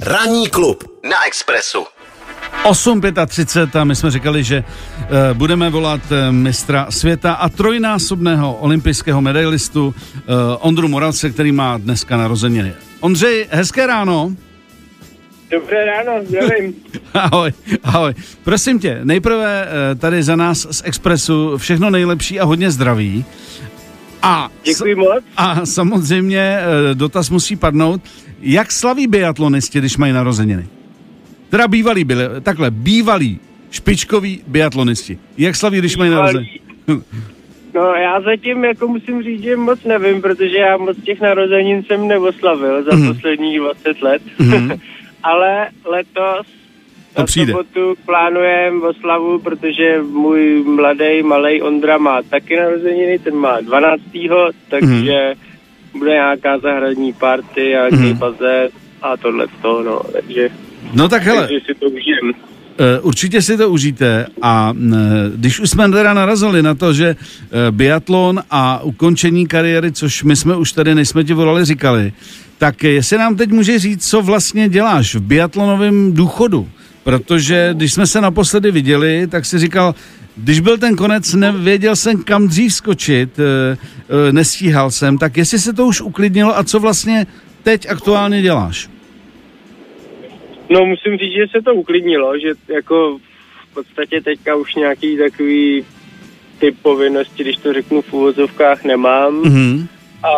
Ranní klub na Expressu. 8:35 a my jsme říkali, že budeme volat mistra světa a trojnásobného olympijského medailistu Ondru Moravce, který má dneska narozeniny. Ondřej, hezké ráno. Dobré ráno, zdravím. Ahoj. Prosím tě, nejprve tady za nás z Expressu všechno nejlepší a hodně zdraví. Děkuji moc. A samozřejmě dotaz musí padnout, jak slaví biatlonisti, když mají narozeniny? Teda bývalí špičkoví biatlonisti. Jak slaví, když mají narozeniny? No já zatím jako musím říct, že moc nevím, protože já moc těch narozenin jsem neoslavil za posledních 20 let. Ale letos na sobotu plánujem oslavu, protože můj malej Ondra má taky narozeniny, ten má 12. takže bude nějaká zahradní party a nějaký bazén a tohleto, no, takže... No tak hele, takže si to užijem. Určitě si to užijte a když už jsme teda narazili na to, že biatlon a ukončení kariéry, což my jsme už tady, než jsme ti volali, říkali, tak jestli nám teď může říct, co vlastně děláš v biatlonovém důchodu, protože když jsme se naposledy viděli, tak si říkal, když byl ten konec, nevěděl jsem, kam dřív skočit, nestíhal jsem, tak jestli se to už uklidnilo a co vlastně teď aktuálně děláš? No musím říct, že se to uklidnilo, že jako v podstatě teďka už nějaký takový typ povinnosti, když to řeknu v uvozovkách, nemám. A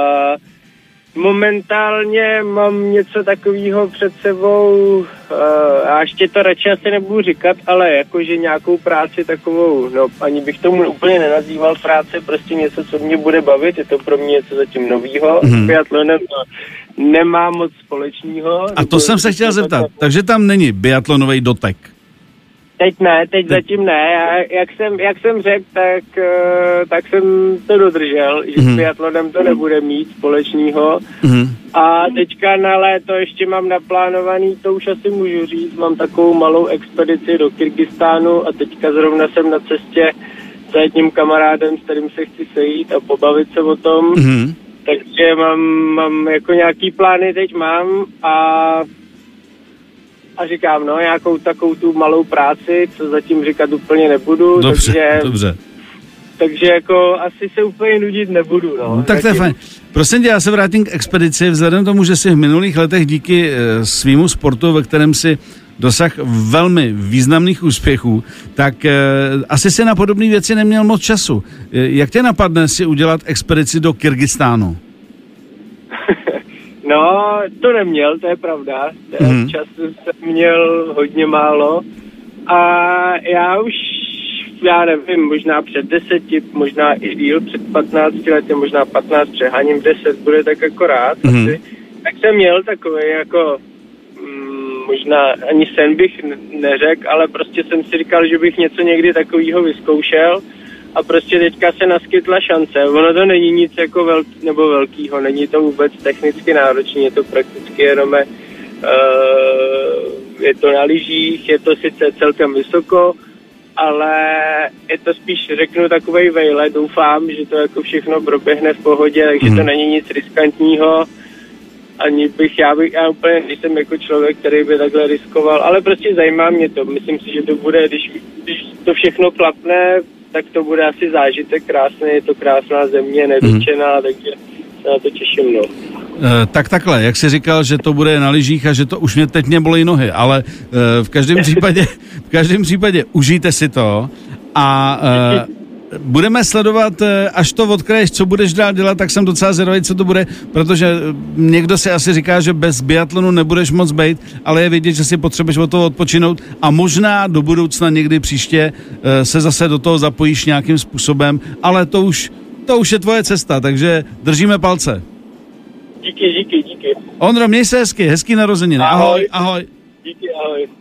momentálně mám něco takového před sebou, a ještě to radši asi nebudu říkat, ale jakože nějakou práci takovou, no ani bych tomu úplně nenazýval práce, prostě něco, co mě bude bavit, je to pro mě něco zatím novýho, s biatlonem to nemá moc společného. A to jsem se chtěl zeptat, takže tam není biatlonový dotek? Teď zatím ne. Jak jsem řekl, tak jsem to dodržel, že s biatlonem to nebude mít společného. A teďka na léto ještě mám naplánovaný, to už asi můžu říct, mám takovou malou expedici do Kyrgyzstánu a teďka zrovna jsem na cestě s jedním kamarádem, s kterým se chci sejít a pobavit se o tom. Takže mám jako nějaký plány teď mám a říkám, no, nějakou takovou tu malou práci, co zatím říkat úplně nebudu. Dobře. Takže jako asi se úplně nudit nebudu, no. Tak to je fajn. Prosím tě, já se vrátím k expedici, vzhledem tomu, že jsi v minulých letech díky svýmu sportu, ve kterém si dosah velmi významných úspěchů, tak asi si na podobné věci neměl moc času. Jak tě napadne si udělat expedici do Kyrgyzstánu? No, to neměl, to je pravda. Času jsem měl hodně málo a já nevím, možná před 10, možná i díl, před 15 lety, možná 15, přeháním 10, bude tak akorát asi. Tak jsem měl takový jako, možná ani sen bych neřekl, ale prostě jsem si říkal, že bych něco někdy takového vyzkoušel. A prostě teďka se naskytla šance. Ono to není nic jako velkýho, není to vůbec technicky náročné, je to prakticky jenom je to na lyžích, je to sice celkem vysoko, ale je to spíš, řeknu, takovej vejlet. Doufám, že to jako všechno proběhne v pohodě, takže to není nic riskantního. Já úplně nejsem jako člověk, který by takhle riskoval, ale prostě zajímá mě to. Myslím si, že to bude, když to všechno klapne, tak to bude asi zážitek krásný, je to krásná země, nedotčená, takže se na to těším, no. Tak takhle, jak jsi říkal, že to bude na lyžích a že to už teď bolí nohy, ale v každém případě užijte si to a budeme sledovat, až to odkraješ, co budeš dál dělat, tak jsem docela zvědavý, co to bude, protože někdo si asi říká, že bez biatlonu nebudeš moc bejt, ale je vidět, že si potřebuješ od toho odpočinout a možná do budoucna někdy příště se zase do toho zapojíš nějakým způsobem, ale to už je tvoje cesta, takže držíme palce. Díky. Ondro, měj se hezky narozeniny. Ahoj. Díky, ahoj.